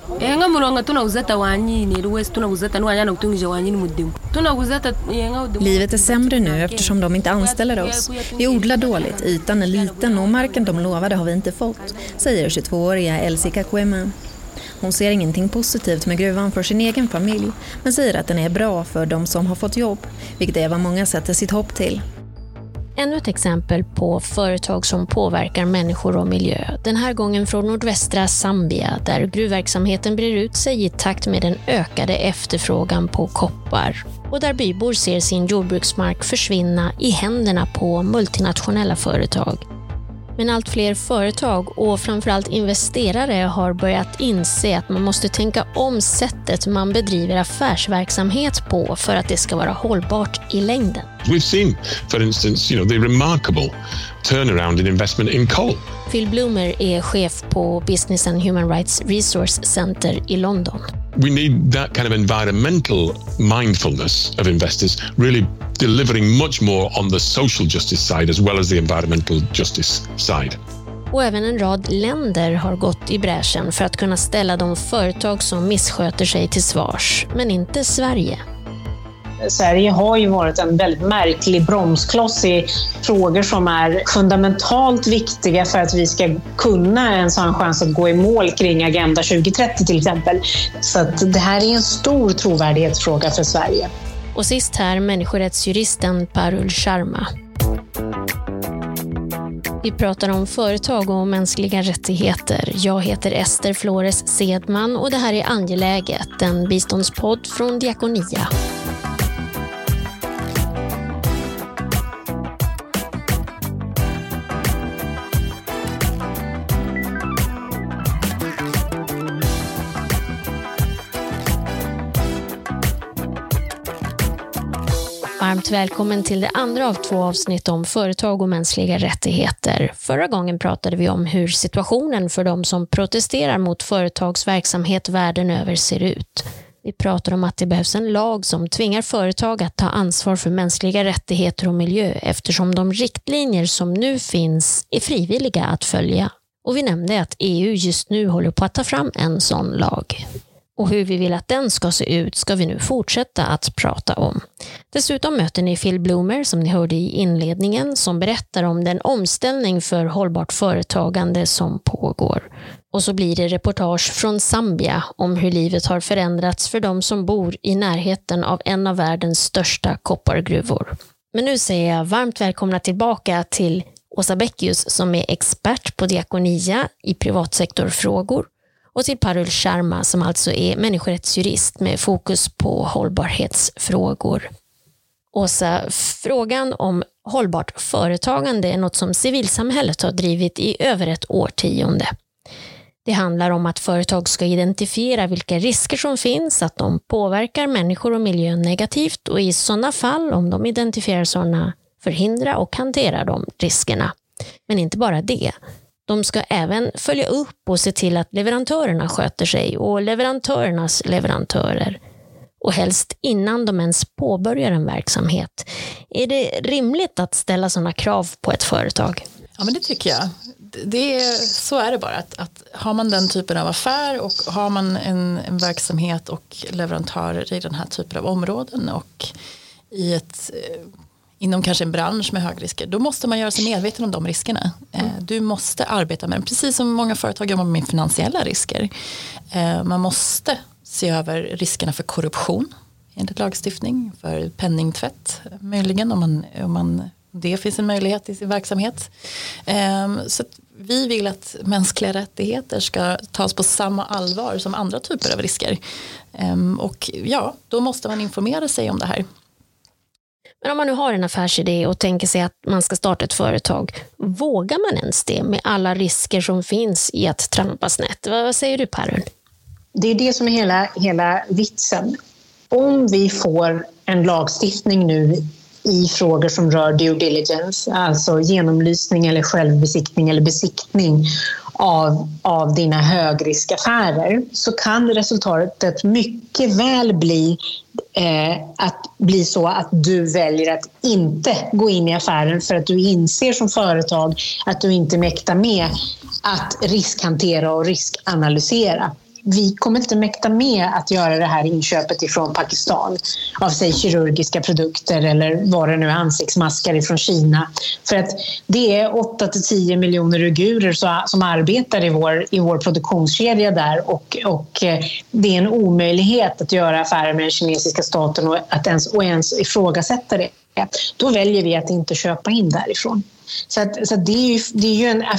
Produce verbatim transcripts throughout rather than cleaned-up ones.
Yenga mulonga tunaguzata wanyini ruwes tunaguzata nuanyana kutungije wanyini mudimu. Tunaguzata yenga. Livet är sämre nu eftersom de inte anställer oss. Vi odlar dåligt, ytan är liten och marken de lovade har vi inte fått, säger tjugotvååriga Elsie Kakwema. Hon ser ingenting positivt med gruvan för sin egen familj, men säger att den är bra för de som har fått jobb, vilket är vad många sätter sitt hopp till. Ännu ett exempel på företag som påverkar människor och miljö. Den här gången från nordvästra Zambia, där gruvverksamheten brer ut sig i takt med den ökade efterfrågan på koppar. Och där bybor ser sin jordbruksmark försvinna i händerna på multinationella företag. Men allt fler företag och framförallt investerare har börjat inse att man måste tänka om sättet man bedriver affärsverksamhet på för att det ska vara hållbart i längden. We've seen, for instance, you know, the remarkable turnaround in investment in coal. Phil Bloomer är chef på Business and Human Rights Resource Center i London. We need that kind of environmental mindfulness of investors really delivering much more on the social justice side as well as the environmental justice side. Och även en rad länder har gått i bräschen för att kunna ställa de företag som missköter sig till svars, men inte Sverige. Sverige har ju varit en väldigt märklig bromskloss i frågor som är fundamentalt viktiga för att vi ska kunna en sån chans att gå i mål kring Agenda tjugo trettio till exempel. Så att det här är en stor trovärdighetsfråga för Sverige. Och sist här människorättsjuristen Parul Sharma. Vi pratar om företag och mänskliga rättigheter. Jag heter Ester Flores Sedman och det här är Angeläget, en biståndspodd från Diakonia. Varmt välkommen till det andra av två avsnitt om företag och mänskliga rättigheter. Förra gången pratade vi om hur situationen för de som protesterar mot företagsverksamhet världen över ser ut. Vi pratar om att det behövs en lag som tvingar företag att ta ansvar för mänskliga rättigheter och miljö eftersom de riktlinjer som nu finns är frivilliga att följa. Och vi nämnde att E U just nu håller på att ta fram en sån lag. Och hur vi vill att den ska se ut ska vi nu fortsätta att prata om. Dessutom möter ni Phil Bloomer som ni hörde i inledningen som berättar om den omställning för hållbart företagande som pågår. Och så blir det reportage från Zambia om hur livet har förändrats för de som bor i närheten av en av världens största koppargruvor. Men nu säger jag varmt välkomna tillbaka till Åsa Bäckius som är expert på Diakonia i privatsektorfrågor. Och till Parul Sharma som alltså är människorättsjurist med fokus på hållbarhetsfrågor. Åsa, frågan om hållbart företagande är något som civilsamhället har drivit i över ett årtionde. Det handlar om att företag ska identifiera vilka risker som finns, att de påverkar människor och miljön negativt och i sådana fall, om de identifierar sådana, förhindra och hantera de riskerna. Men inte bara det. De ska även följa upp och se till att leverantörerna sköter sig och leverantörernas leverantörer. Och helst innan de ens påbörjar en verksamhet. Är det rimligt att ställa sådana krav på ett företag? Ja, men det tycker jag. Det är, så är det bara. Att, att har man den typen av affär och har man en, en verksamhet och leverantörer i den här typen av områden och i ett... inom kanske en bransch med högrisker, då måste man göra sig medveten om de riskerna. Mm. Du måste arbeta med dem, precis som många företag jobbar med finansiella risker. Man måste se över riskerna för korruption enligt lagstiftning, för penningtvätt möjligen, om man, om man, det finns en möjlighet i sin verksamhet. Så att vi vill att mänskliga rättigheter ska tas på samma allvar som andra typer av risker. Och ja, då måste man informera sig om det här. Men om man nu har en affärsidé och tänker sig att man ska starta ett företag, vågar man ens det med alla risker som finns i att trampa snett? Vad säger du, Parul? Det är det som är hela, hela vitsen. Om vi får en lagstiftning nu i frågor som rör due diligence, alltså genomlysning eller självbesiktning eller besiktning av, av dina högriskaffärer, så kan resultatet mycket väl bli eh, att bli så att du väljer att inte gå in i affären för att du inser som företag att du inte mäktar med att riskhantera och riskanalysera. vi kommer inte mäkta med att göra det här inköpet ifrån Pakistan av sig kirurgiska produkter eller vad det nu är, ansiktsmaskar ifrån Kina. För att det är åtta till tio miljoner uigurer som arbetar i vår, i vår produktionskedja där och, och det är en omöjlighet att göra affärer med den kinesiska staten och att ens, och ens ifrågasätta det. Då väljer vi att inte köpa in därifrån. Så, att, så att det, är ju, det är ju en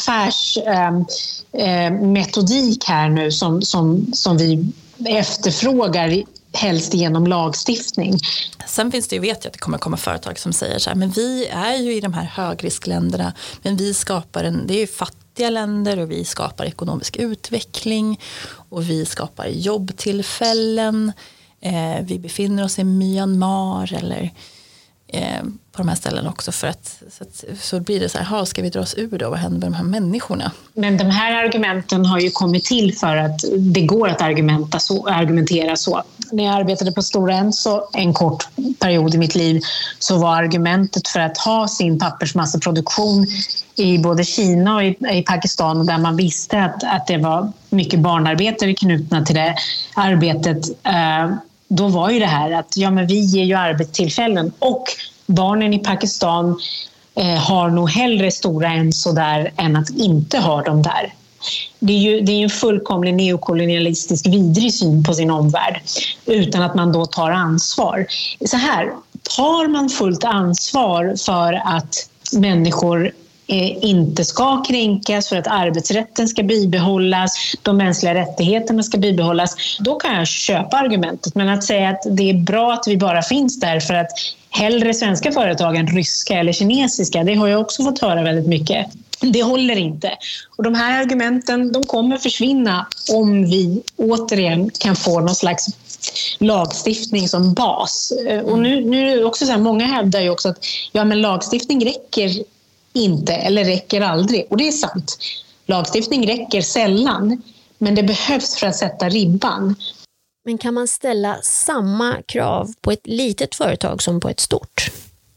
affärsmetodik eh, här nu som, som, som vi efterfrågar helst genom lagstiftning. Sen finns det ju, vet jag att det kommer komma företag som säger så här, men vi är ju i de här högriskländerna, men vi skapar en, det är ju fattiga länder och vi skapar ekonomisk utveckling och vi skapar jobbtillfällen. Eh, vi befinner oss i Myanmar eller eh, på de här ställen också för att så, att, så blir det så här, ska vi dra oss ur då? Vad händer med de här människorna? Men de här argumenten har ju kommit till för att det går att argumenta så, argumentera så. När jag arbetade på Stora Enso en kort period i mitt liv så var argumentet för att ha sin pappersmassaproduktion i både Kina och i, i Pakistan där man visste att, att det var mycket barnarbetare knutna till det arbetet. Eh, då var ju det här att ja, men vi ger ju arbetstillfällen och barnen i Pakistan eh, har nog hellre Stora Enso där än att inte ha dem där. Det är ju det är en fullkomlig neokolonialistisk vidrig syn på sin omvärld utan att man då tar ansvar. Så här, tar man fullt ansvar för att människor eh, inte ska kränkas, för att arbetsrätten ska bibehållas, de mänskliga rättigheterna ska bibehållas, då kan jag köpa argumentet. Men att säga att det är bra att vi bara finns där för att hellre svenska företag än ryska eller kinesiska, det har jag också fått höra väldigt mycket. Det håller inte. Och de här argumenten, de kommer försvinna om vi återigen kan få någon slags lagstiftning som bas. Och nu, nu är det också så här, många hävdar ju också att ja, men lagstiftning räcker inte eller räcker aldrig. Och det är sant. Lagstiftning räcker sällan, men det behövs för att sätta ribban. Men kan man ställa samma krav på ett litet företag som på ett stort?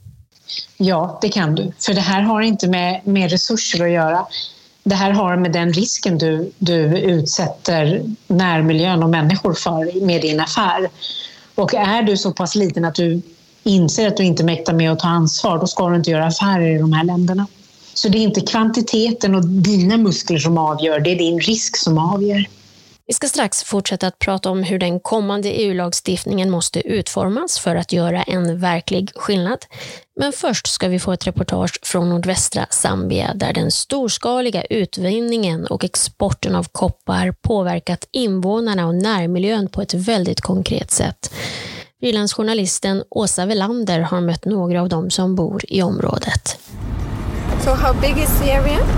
Ja, det kan du. För det här har inte med, med resurser att göra. Det här har med den risken du, du utsätter närmiljön och människor för med din affär. Och är du så pass liten att du inser att du inte mäktar med att ta ansvar, då ska du inte göra affärer i de här länderna. Så det är inte kvantiteten och dina muskler som avgör, det är din risk som avgör. Vi ska strax fortsätta att prata om hur den kommande E U-lagstiftningen måste utformas för att göra en verklig skillnad. Men först ska vi få ett reportage från nordvästra Zambia där den storskaliga utvinningen och exporten av koppar påverkat invånarna och närmiljön på ett väldigt konkret sätt. Frilansjournalisten Åsa Velander har mött några av dem som bor i området. So how big is the area? Um,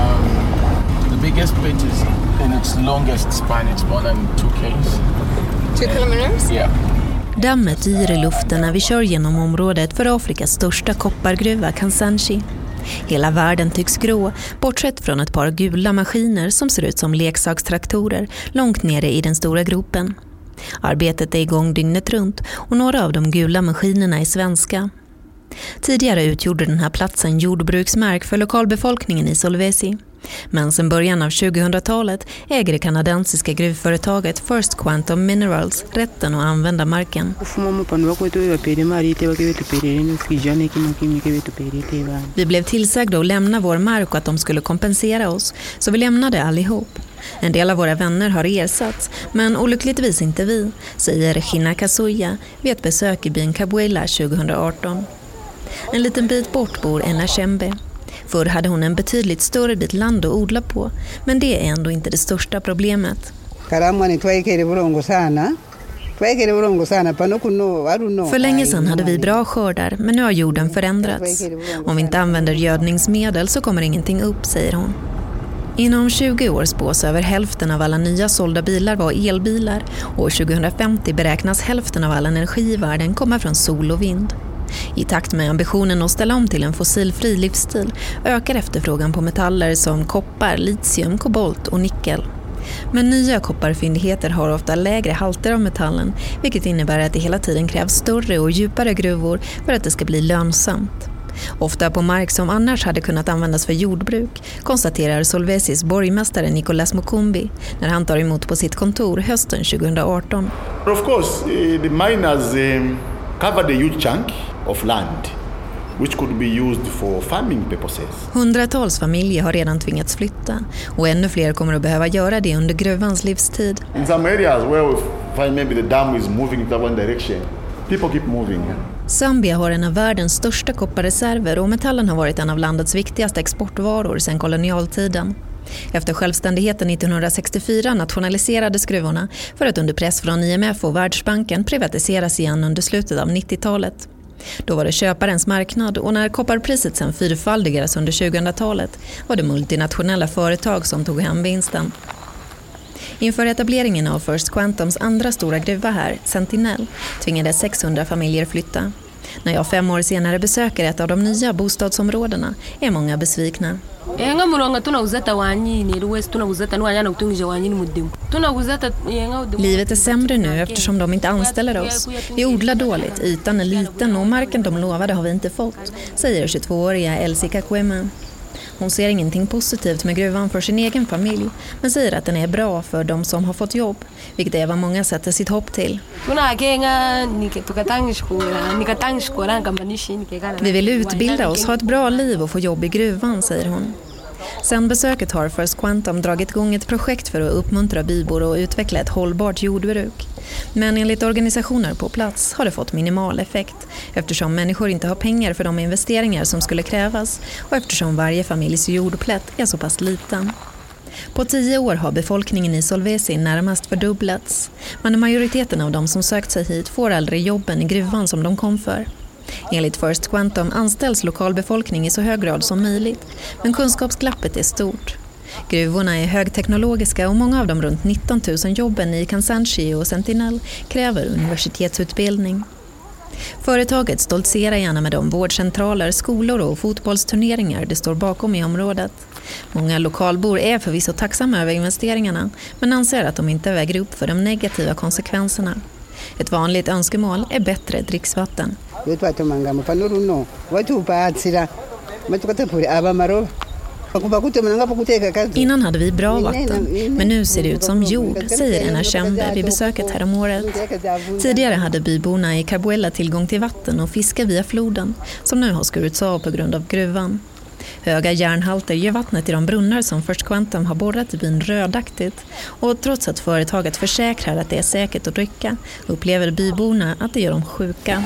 the biggest bit is in its longest span, it's more than two kilometers. Two kilometers? Yeah. Dammet yr i luften när vi kör genom området för Afrikas största koppargruva, Kansanshi. Hela världen tycks grå, bortsett från ett par gula maskiner som ser ut som leksakstraktorer långt nere i den stora gropen. Arbetet är igång dygnet runt och några av de gula maskinerna är svenska. Tidigare utgjorde den här platsen jordbruksmark för lokalbefolkningen i Solvesi. Men sedan början av tjugohundratalet äger det kanadensiska gruvföretaget First Quantum Minerals rätten att använda marken. Vi blev tillsagda att lämna vår mark och att de skulle kompensera oss, så vi lämnade allihop. En del av våra vänner har ersatts, men olyckligtvis inte vi, säger Regina Kasuya vid ett besök i byn Kabuela tjugohundraarton. En liten bit bort bor Enna Chembe. Förr hade hon en betydligt större bit land att odla på, men det är ändå inte det största problemet. För länge sedan hade vi bra skördar, men nu har jorden förändrats. Om vi inte använder gödningsmedel så kommer ingenting upp, säger hon. Inom tjugo år spås över hälften av alla nya sålda bilar vara elbilar. År tjugohundrafemtio beräknas hälften av all energi i världen komma från sol och vind. I takt med ambitionen att ställa om till en fossilfri livsstil ökar efterfrågan på metaller som koppar, litium, kobolt och nickel. Men nya kopparfyndigheter har ofta lägre halter av metallen, vilket innebär att det hela tiden krävs större och djupare gruvor för att det ska bli lönsamt. Ofta på mark som annars hade kunnat användas för jordbruk, konstaterar Solvesis borgmästare Nicolas Mukumbi när han tar emot på sitt kontor hösten tjugo arton. Of course, the miners um, covered a huge chunk of land which could be used for farming purposes. Hundratals familjer har redan tvingats flytta och ännu fler kommer att behöva göra det under gruvans livstid. In some areas where we find maybe the dam is moving in one direction, people keep moving. Zambia har en av världens största kopparreserver och metallen har varit en av landets viktigaste exportvaror sedan kolonialtiden. Efter självständigheten nittonhundrasextiofyra nationaliserades gruvorna för att under press från I M F och Världsbanken privatiseras igen under slutet av nittiotalet. Då var det köparens marknad och när kopparpriset sedan fyrfaldigades under tjugohundratalet var det multinationella företag som tog hem vinsten. Inför etableringen av First Quantums andra stora gruva här, Sentinel, tvingades sexhundra familjer flytta. När jag fem år senare besöker ett av de nya bostadsområdena är många besvikna. Livet är sämre nu eftersom de inte anställer oss. Vi odlar dåligt, ytan är liten och marken de lovade har vi inte fått, säger tjugotvååriga Elsie Kakwema. Hon ser ingenting positivt med gruvan för sin egen familj, men säger att den är bra för de som har fått jobb, vilket är vad många sätter sitt hopp till. Vi vill utbilda oss, ha ett bra liv och få jobb i gruvan, säger hon. Sen besöket har First Quantum dragit igång ett projekt för att uppmuntra bybor och utveckla ett hållbart jordbruk. Men enligt organisationer på plats har det fått minimal effekt eftersom människor inte har pengar för de investeringar som skulle krävas och eftersom varje familjs jordplätt är så pass liten. På tio år har befolkningen i Solvesi närmast fördubblats, men majoriteten av de som sökt sig hit får aldrig jobben i gruvan som de kom för. Enligt First Quantum anställs lokalbefolkning i så hög grad som möjligt, men kunskapsglappet är stort. Gruvorna är högteknologiska och många av de runt nitton tusen jobben i Kansanshi och Sentinel kräver universitetsutbildning. Företaget stoltserar gärna med de vårdcentraler, skolor och fotbollsturneringar det står bakom i området. Många lokalbor är förvisso tacksamma över investeringarna, men anser att de inte väger upp för de negativa konsekvenserna. Ett vanligt önskemål är bättre dricksvatten. Innan hade vi bra vatten, men nu ser det ut som jord, säger Ena Kembe vid besöket här om året. Tidigare hade byborna i Carbuella tillgång till vatten och fiska via floden, som nu har skurits av på grund av gruvan. Höga järnhalter gör vattnet i de brunnar som First Quantum har borrat i byn rödaktigt, och trots att företaget försäkrar att det är säkert att dricka upplever byborna att det gör dem sjuka.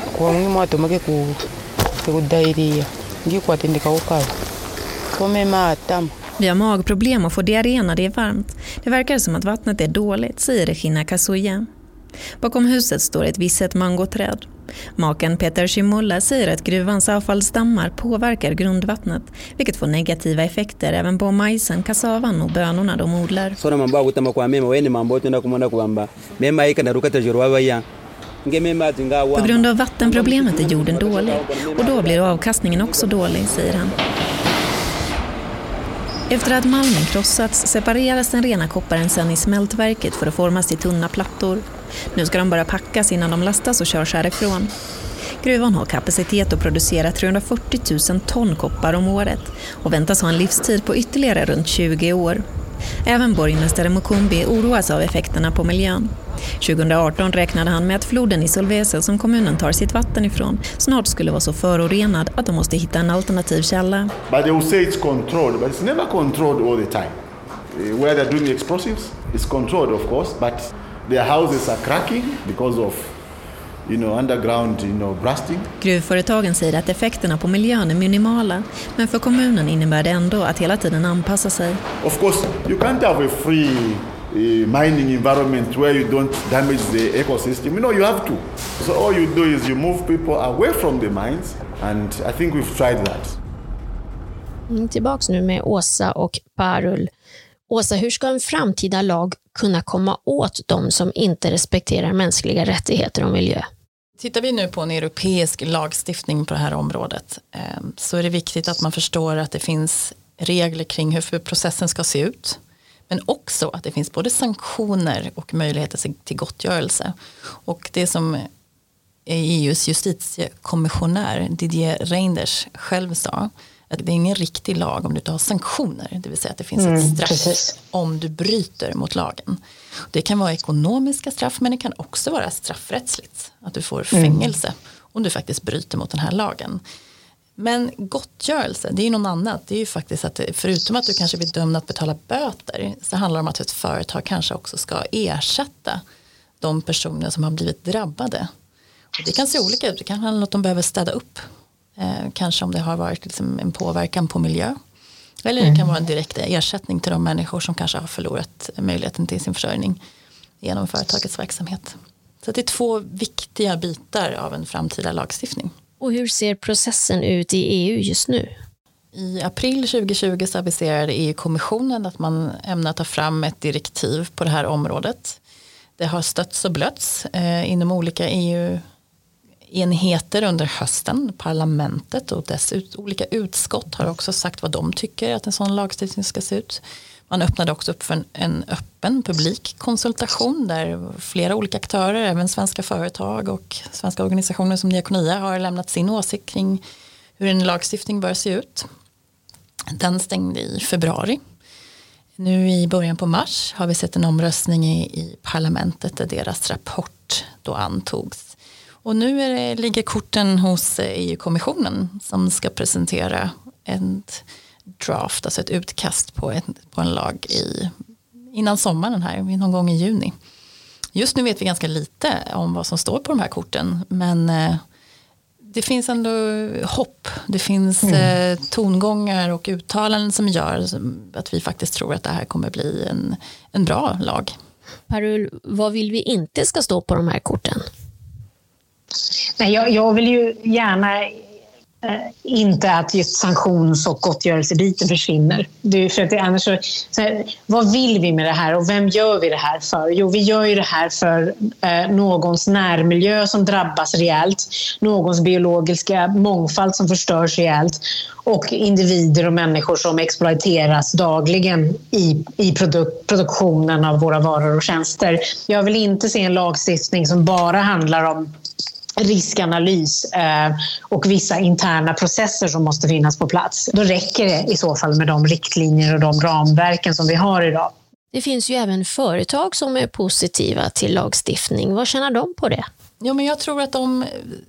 Vi har magproblem och får diarré när det är varmt. Det verkar som att vattnet är dåligt, säger Regina Kazuya. Bakom huset står ett visset mangoträd. Maken Peter Shimolla säger att gruvans avfallsdammar påverkar grundvattnet, vilket får negativa effekter även på majsen, kassavan och bönorna de odlar. På grund av vattenproblemet är jorden dålig och då blir avkastningen också dålig, säger han. Efter att malmen krossats separeras den rena kopparen sedan i smältverket för att formas till tunna plattor. Nu ska de bara packas innan de lastas och körs härifrån. Gruvan har kapacitet att producera trehundrafyrtio tusen ton koppar om året och väntas ha en livstid på ytterligare runt tjugo år. Även borgmästare Mukumbi oroas av effekterna på miljön. tjugo arton räknade han med att floden i Solvesi, som kommunen tar sitt vatten ifrån, snart skulle vara så förorenad att de måste hitta en alternativ källa. But they will say it's controlled, but it's never controlled all the time. Where they're doing the explosives, it's controlled of course, but their houses are cracking because of you know, underground, you know, blasting. Gruvföretagen säger att effekterna på miljön är minimala, men för kommunen innebär det ändå att hela tiden anpassa sig. Of course, you can't have a free uh, mining environment where you don't damage the ecosystem. You know, you have to. So all you do is you move people away from the mines, and I think we've tried that. Mm, tillbaks nu med Åsa och Parul. Åsa, hur ska en framtida lag kunna komma åt de som inte respekterar mänskliga rättigheter och miljö? Tittar vi nu på en europeisk lagstiftning på det här området så är det viktigt att man förstår att det finns regler kring hur processen ska se ut. Men också att det finns både sanktioner och möjligheter till gottgörelse. Och det som E U:s justitiekommissionär Didier Reynders själv sa att det är ingen riktig lag om du inte har sanktioner. Det vill säga att det finns mm, ett straff precis. Om du bryter mot lagen. Det kan vara ekonomiska straff, men det kan också vara straffrättsligt. Att du får fängelse mm. om du faktiskt bryter mot den här lagen. Men gottgörelse, det är ju något annat. Det är ju faktiskt att förutom att du kanske blir dömd att betala böter, så handlar det om att ett företag kanske också ska ersätta de personer som har blivit drabbade. Och det kan se olika ut. Det kan handla om att de behöver städa upp. Eh, kanske om det har varit liksom en påverkan på miljö. Eller det kan vara en direkt ersättning till de människor som kanske har förlorat möjligheten till sin försörjning genom företagets verksamhet. Så det är två viktiga bitar av en framtida lagstiftning. Och hur ser processen ut i E U just nu? I april tjugo tjugo så aviserade E U-kommissionen att man ämnar ta fram ett direktiv på det här området. Det har stötts och blötts eh, inom olika E U-enheter under hösten. Parlamentet och dess ut, olika utskott har också sagt vad de tycker att en sån lagstiftning ska se ut. Man öppnade också upp för en, en öppen publik konsultation där flera olika aktörer, även svenska företag och svenska organisationer som Diakonia, har lämnat sin åsikt kring hur en lagstiftning bör se ut. Den stängde i februari. Nu i början på mars har vi sett en omröstning i, i parlamentet där deras rapport då antogs. Och nu är det, ligger korten hos E U-kommissionen som ska presentera en draft, alltså ett utkast på en, på en lag i, innan sommaren här, någon gång i juni. Just nu vet vi ganska lite om vad som står på de här korten, men eh, det finns ändå hopp. Det finns mm. eh, tongångar och uttalanden som gör att vi faktiskt tror att det här kommer bli en, en bra lag. Parul, vad vill vi inte ska stå på de här korten? Nej, jag, jag vill ju gärna eh, inte att just sanktions- och gottgörelsebiten försvinner. Det är för att det, annars så, så här, vad vill vi med det här och vem gör vi det här för? Jo, vi gör ju det här för eh, någons närmiljö som drabbas rejält, någons biologiska mångfald som förstörs rejält och individer och människor som exploateras dagligen i, i produk- produktionen av våra varor och tjänster. Jag vill inte se en lagstiftning som bara handlar om riskanalys eh, och vissa interna processer som måste finnas på plats. Då räcker det i så fall med de riktlinjer och de ramverken som vi har idag. Det finns ju även företag som är positiva till lagstiftning. Vad tjänar de på det? Ja, men jag tror att de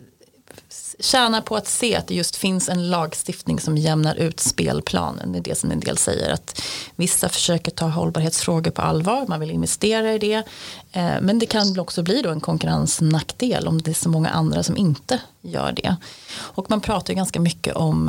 tjänar på att se att det just finns en lagstiftning som jämnar ut spelplanen. Det är det som en del säger, att vissa försöker ta hållbarhetsfrågor på allvar, man vill investera i det, men det kan också bli då en konkurrensnackdel om det är så många andra som inte gör det. Och man pratar ju ganska mycket om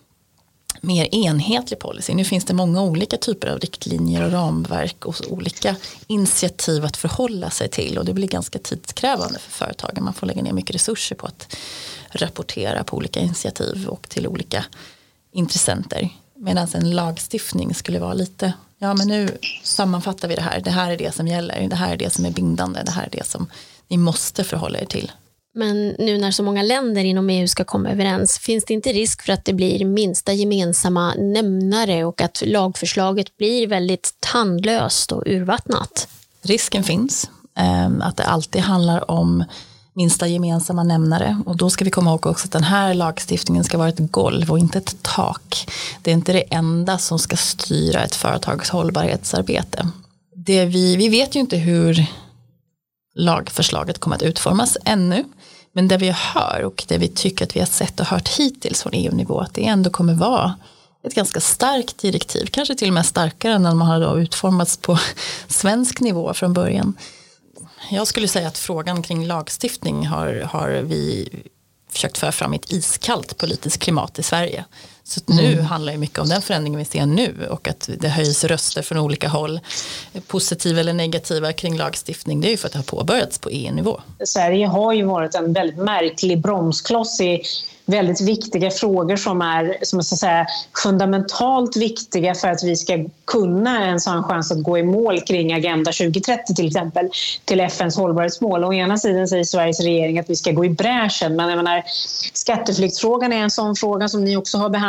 mer enhetlig policy. Nu finns det många olika typer av riktlinjer och ramverk och olika initiativ att förhålla sig till, och det blir ganska tidskrävande för företagen. Man får lägga ner mycket resurser på att rapportera på olika initiativ och till olika intressenter. Medan en lagstiftning skulle vara lite, ja men nu sammanfattar vi det här. Det här är det som gäller, det här är det som är bindande, det här är det som ni måste förhålla er till. Men nu när så många länder inom E U ska komma överens, finns det inte risk för att det blir minsta gemensamma nämnare och att lagförslaget blir väldigt tandlöst och urvattnat? Risken finns att det alltid handlar om minsta gemensamma nämnare, och då ska vi komma ihåg också att den här lagstiftningen ska vara ett golv och inte ett tak. Det är inte det enda som ska styra ett företags hållbarhetsarbete. Det vi, vi vet ju inte hur lagförslaget kommer att utformas ännu, men det vi hör och det vi tycker att vi har sett och hört hittills från E U-nivå, att det ändå kommer vara ett ganska starkt direktiv, kanske till och med starkare än när man har då utformats på svensk nivå från början. Jag skulle säga att frågan kring lagstiftning har, har vi försökt föra fram i ett iskallt politiskt klimat i Sverige. Så nu mm. handlar det mycket om den förändringen vi ser nu, och att det höjs röster från olika håll, positiva eller negativa kring lagstiftning. Det är ju för att det har påbörjats på E U-nivå. Sverige har ju varit en väldigt märklig bromskloss i väldigt viktiga frågor som är, som är så att säga, fundamentalt viktiga för att vi ska kunna ens ha en chans att gå i mål kring Agenda tjugo trettio till exempel, till F N:s hållbarhetsmål. Å ena sidan säger Sveriges regering att vi ska gå i bräschen, men jag menar, skatteflyktsfrågan är en sån fråga som ni också har behandlat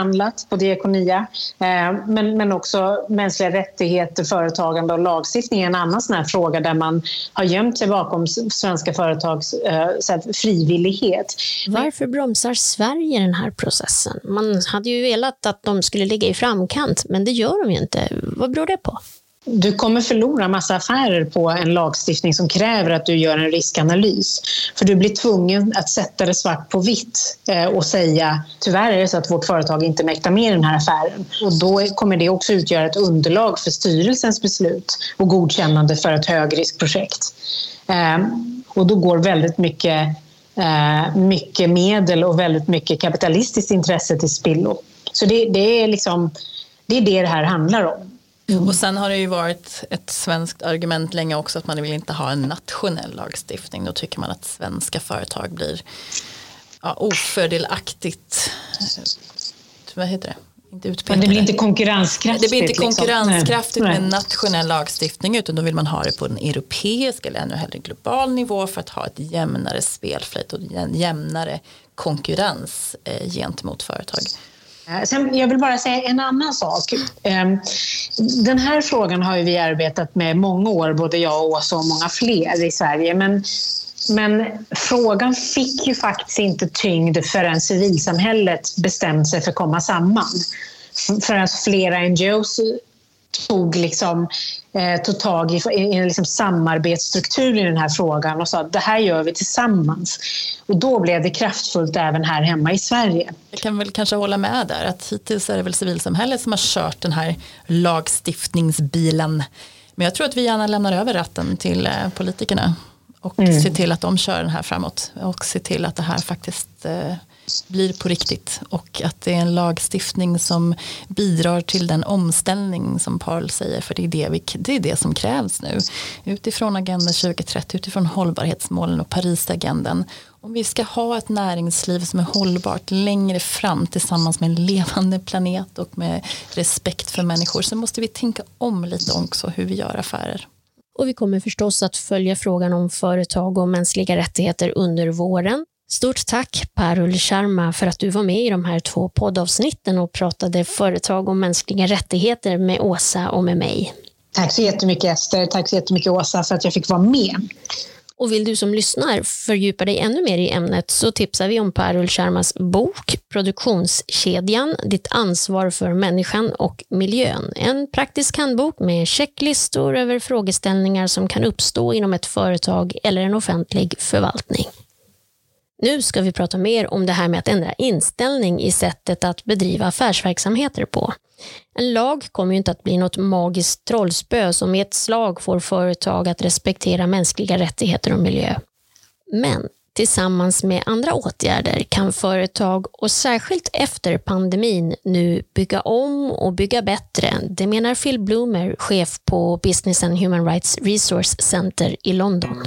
behandlat på Diakonia. Men, men också mänskliga rättigheter, företagande och lagstiftning är en annan sån här fråga där man har gömt sig bakom svenska företags så här, frivillighet. Varför bromsar Sverige den här processen? Man hade ju velat att de skulle ligga i framkant, men det gör de ju inte. Vad beror det på? Du kommer förlora massa affärer på en lagstiftning som kräver att du gör en riskanalys. För du blir tvungen att sätta det svart på vitt och säga tyvärr är det så att vårt företag inte mäktar med den här affären. Och då kommer det också utgöra ett underlag för styrelsens beslut och godkännande för ett högriskprojekt. Och då går väldigt mycket, mycket medel och väldigt mycket kapitalistiskt intresse till spillo. Så det, det, är liksom, det är det det här handlar om. Mm. Och sen har det ju varit ett svenskt argument länge också att man vill inte ha en nationell lagstiftning. Då tycker man att svenska företag blir ja, ofördelaktigt, vad heter det? Inte utpekade. Det blir inte konkurrenskraftigt. Det blir inte konkurrenskraftigt liksom. med en nationell lagstiftning, utan då vill man ha det på en europeisk eller ännu hellre global nivå för att ha ett jämnare spelflöde och en jämnare konkurrens eh, gentemot företag. Sen, jag vill bara säga en annan sak. Den här frågan har ju vi arbetat med många år, både jag och Åsa och många fler i Sverige. Men, men frågan fick ju faktiskt inte tyngd förrän civilsamhället bestämde sig för att komma samman. För att flera N G Os tog, liksom, eh, tog tag i, i en liksom samarbetsstruktur i den här frågan och sa att det här gör vi tillsammans. Och då blev det kraftfullt även här hemma i Sverige. Jag kan väl kanske hålla med där att hittills är det väl civilsamhället som har kört den här lagstiftningsbilen. Men jag tror att vi gärna lämnar över ratten till eh, politikerna och mm. ser till att de kör den här framåt och ser till att det här faktiskt eh, blir på riktigt och att det är en lagstiftning som bidrar till den omställning som Paul säger, för det är det, vi, det är det som krävs nu utifrån Agenda tjugo trettio, utifrån hållbarhetsmålen och Parisagendan. Om vi ska ha ett näringsliv som är hållbart längre fram tillsammans med en levande planet och med respekt för människor, så måste vi tänka om lite också hur vi gör affärer. Och vi kommer förstås att följa frågan om företag och mänskliga rättigheter under våren. Stort tack Parul Sharma för att du var med i de här två poddavsnitten och pratade företag och mänskliga rättigheter med Åsa och med mig. Tack så jättemycket Ester, tack så jättemycket Åsa för att jag fick vara med. Och vill du som lyssnar fördjupa dig ännu mer i ämnet så tipsar vi om Parul Sharmas bok Produktionskedjan, ditt ansvar för människan och miljön. En praktisk handbok med checklistor över frågeställningar som kan uppstå inom ett företag eller en offentlig förvaltning. Nu ska vi prata mer om det här med att ändra inställning i sättet att bedriva affärsverksamheter på. En lag kommer ju inte att bli något magiskt trollspö som i ett slag får företag att respektera mänskliga rättigheter och miljö. Men tillsammans med andra åtgärder kan företag, och särskilt efter pandemin, nu bygga om och bygga bättre. Det menar Phil Bloomer, chef på Business and Human Rights Resource Center i London.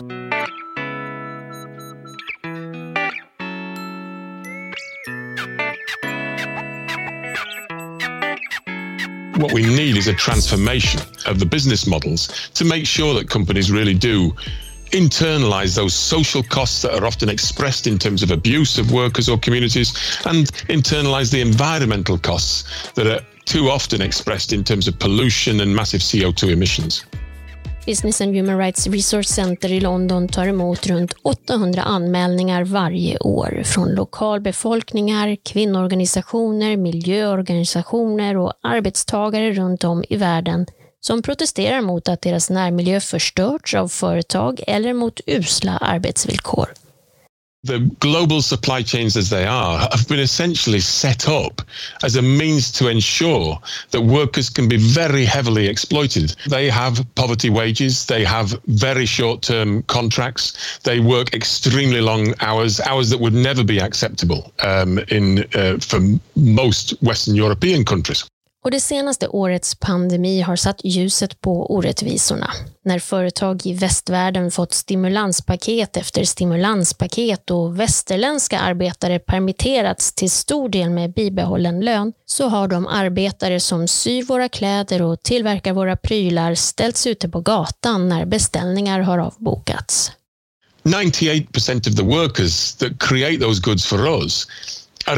What we need is a transformation of the business models to make sure that companies really do internalize those social costs that are often expressed in terms of abuse of workers or communities, and internalize the environmental costs that are too often expressed in terms of pollution and massive C O two emissions. Business and Human Rights Resource Center i London tar emot runt åttahundra anmälningar varje år från lokalbefolkningar, kvinnoorganisationer, miljöorganisationer och arbetstagare runt om i världen som protesterar mot att deras närmiljö förstörts av företag eller mot usla arbetsvillkor. The global supply chains as they are have been essentially set up as a means to ensure that workers can be very heavily exploited. They have poverty wages, they have very short-term contracts, they work extremely long hours, hours that would never be acceptable um, in, uh, for most Western European countries. Och det senaste årets pandemi har satt ljuset på orättvisorna. När företag i västvärlden fått stimulanspaket efter stimulanspaket och västerländska arbetare permitterats till stor del med bibehållen lön, så har de arbetare som syr våra kläder och tillverkar våra prylar ställts ute på gatan när beställningar har avbokats. ninety-eight percent of the workers that create those goods for us are in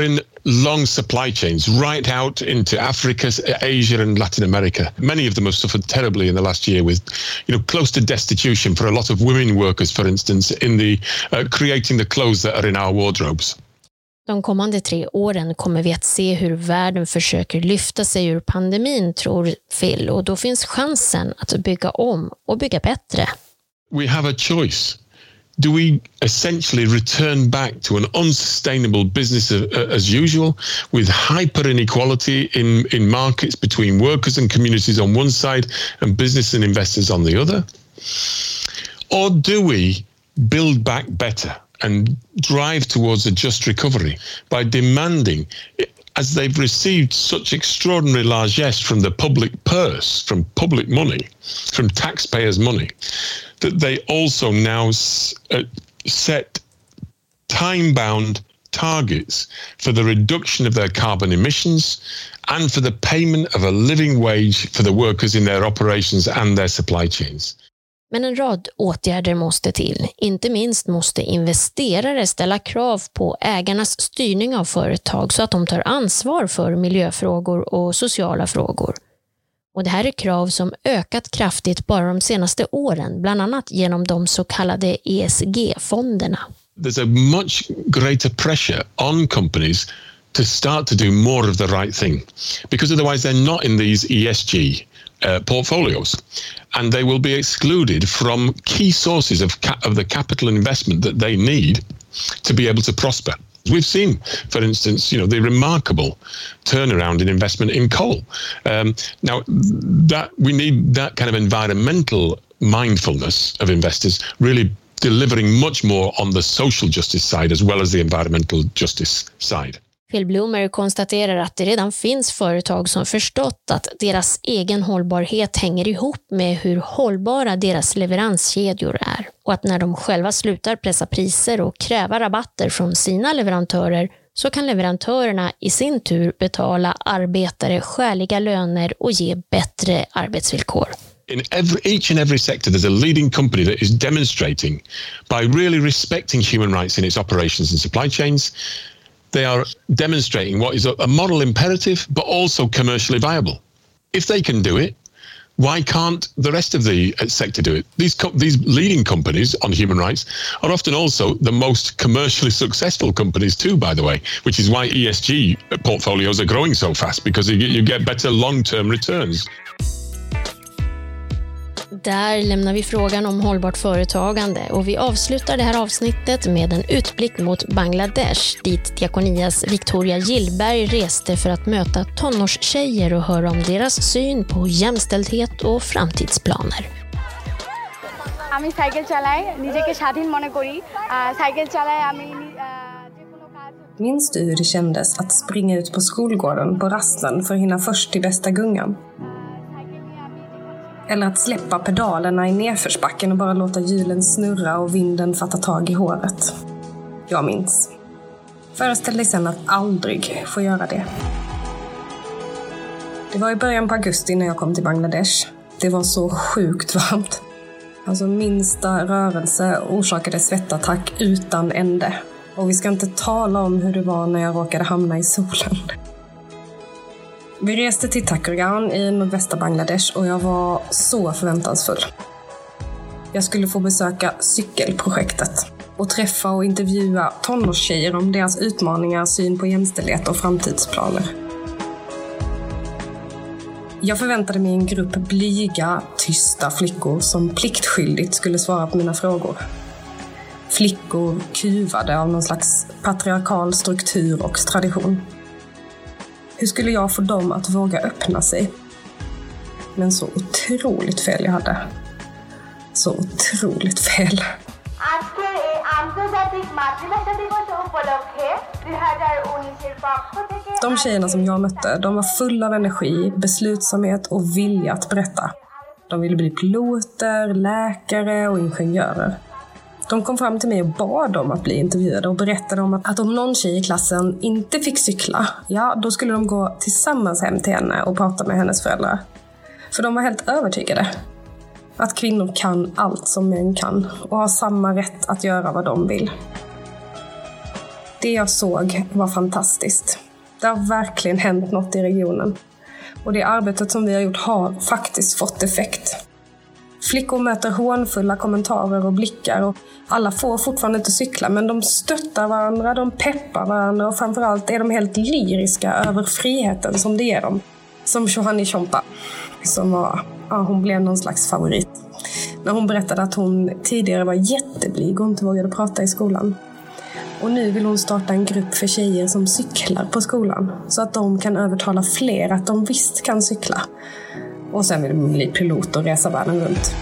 long supply chains right out into Africa, Asia and Latin America. Many of them have suffered terribly in the last year with, you know, close to destitution for a lot of women workers, for instance, in the uh, creating the clothes that are in our wardrobes. De kommande tre åren kommer vi att se hur världen försöker lyfta sig ur pandemin, tror Phil, och då finns chansen att bygga om och bygga bättre. We have a choice. Do we essentially return back to an unsustainable business as usual with hyper inequality in, in markets between workers and communities on one side and business and investors on the other? Or do we build back better and drive towards a just recovery by demanding, as they've received such extraordinary largesse from the public purse, from public money, from taxpayers' money, that they also now uh, set time-bound targets for the reduction of their carbon emissions and for the payment of a living wage for the workers in their operations and their supply chains. Men en rad åtgärder måste till. Inte minst måste investerare ställa krav på ägarnas styrning av företag så att de tar ansvar för miljöfrågor och sociala frågor. Och det här är krav som ökat kraftigt bara de senaste åren, bland annat genom de så kallade E S G-fonderna. There's a much greater pressure on companies to start to do more of the right thing, because otherwise they're not in these E S G uh, portfolios, and they will be excluded from key sources of, ca- of the capital investment that they need to be able to prosper. We've seen, for instance, you know, the remarkable turnaround in investment in coal. Um, now, that we need that kind of environmental mindfulness of investors really delivering much more on the social justice side as well as the environmental justice side. Phil Bloomer konstaterar att det redan finns företag som förstått att deras egen hållbarhet hänger ihop med hur hållbara deras leveranskedjor är, och att när de själva slutar pressa priser och kräva rabatter från sina leverantörer så kan leverantörerna i sin tur betala arbetare skäliga löner och ge bättre arbetsvillkor. In every, each and every sector, there's a leading company that is demonstrating by really respecting human rights in its operations and supply chains. They are demonstrating what is a, a moral imperative, but also commercially viable. If they can do it, why can't the rest of the sector do it? These co- these leading companies on human rights are often also the most commercially successful companies too, by the way, which is why E S G portfolios are growing so fast, because you, you get better long-term returns. Där lämnar vi frågan om hållbart företagande och vi avslutar det här avsnittet med en utblick mot Bangladesh, dit Diakonias Victoria Gillberg reste för att möta tonårstjejer och höra om deras syn på jämställdhet och framtidsplaner. আমি সাইকেল চালাই, নিজেকে স্বাধীন মনে করি, সাইকেল চালাই আমি Minns du hur det kändes att springa ut på skolgården på rasten för att hinna först till bästa gungan? Eller att släppa pedalerna i nedförsbacken och bara låta hjulen snurra och vinden fatta tag i håret. Jag minns. Föreställ dig sen att aldrig få göra det. Det var i början på augusti när jag kom till Bangladesh. Det var så sjukt varmt. Alltså minsta rörelse orsakade svettattack utan ände. Och vi ska inte tala om hur det var när jag råkade hamna i solen. Vi reste till Thakurgaon i nordvästra Bangladesh och jag var så förväntansfull. Jag skulle få besöka cykelprojektet och träffa och intervjua tonårstjejer om deras utmaningar, syn på jämställdhet och framtidsplaner. Jag förväntade mig en grupp blyga, tysta flickor som pliktskyldigt skulle svara på mina frågor. Flickor kuvade av någon slags patriarkal struktur och tradition. Hur skulle jag få dem att våga öppna sig? Men så otroligt fel jag hade. Så otroligt fel. De tjejerna som jag mötte, de var fulla av energi, beslutsamhet och vilja att berätta. De ville bli piloter, läkare och ingenjörer. De kom fram till mig och bad om att bli intervjuade och berättade om att, att om någon tjej i klassen inte fick cykla, ja, då skulle de gå tillsammans hem till henne och prata med hennes föräldrar. För de var helt övertygade att kvinnor kan allt som män kan och har samma rätt att göra vad de vill. Det jag såg var fantastiskt. Det har verkligen hänt något i regionen. Och det arbetet som vi har gjort har faktiskt fått effekt. Flickor möter hånfulla kommentarer och blickar och alla får fortfarande inte cykla, men de stöttar varandra, de peppar varandra och framförallt är de helt lyriska över friheten som det ger dem. Som Shohani Chompa, som var, ja, hon blev någon slags favorit. När hon berättade att hon tidigare var jätteblyg och inte vågade prata i skolan. Och nu vill hon starta en grupp för tjejer som cyklar på skolan. Så att de kan övertala fler att de visst kan cykla. Och sen vill de bli pilot och resa världen runt.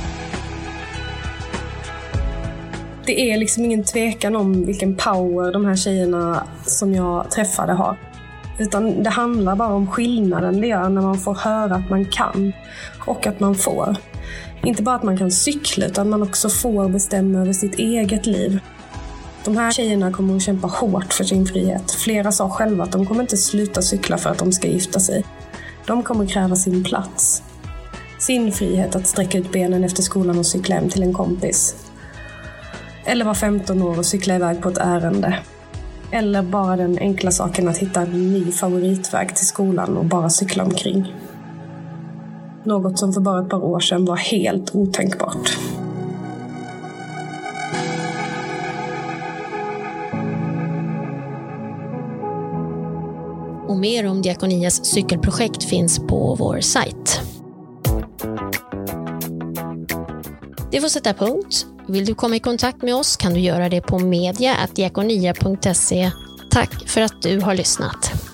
Det är liksom ingen tvekan om vilken power de här tjejerna som jag träffade har. Utan det handlar bara om skillnaden det gör när man får höra att man kan. Och att man får. Inte bara att man kan cykla utan man också får bestämma över sitt eget liv. De här tjejerna kommer att kämpa hårt för sin frihet. Flera sa själva att de kommer inte sluta cykla för att de ska gifta sig. De kommer kräva sin plats. Sin frihet att sträcka ut benen efter skolan och cykla hem till en kompis. Eller vara femton år och cykla iväg på ett ärende. Eller bara den enkla saken att hitta en ny favoritväg till skolan och bara cykla omkring. Något som för bara ett par år sedan var helt otänkbart. Och mer om Diakonias cykelprojekt finns på vår sajt. Det får sätta punkt. Vill du komma i kontakt med oss kan du göra det på media at diakonia punkt se. Tack för att du har lyssnat.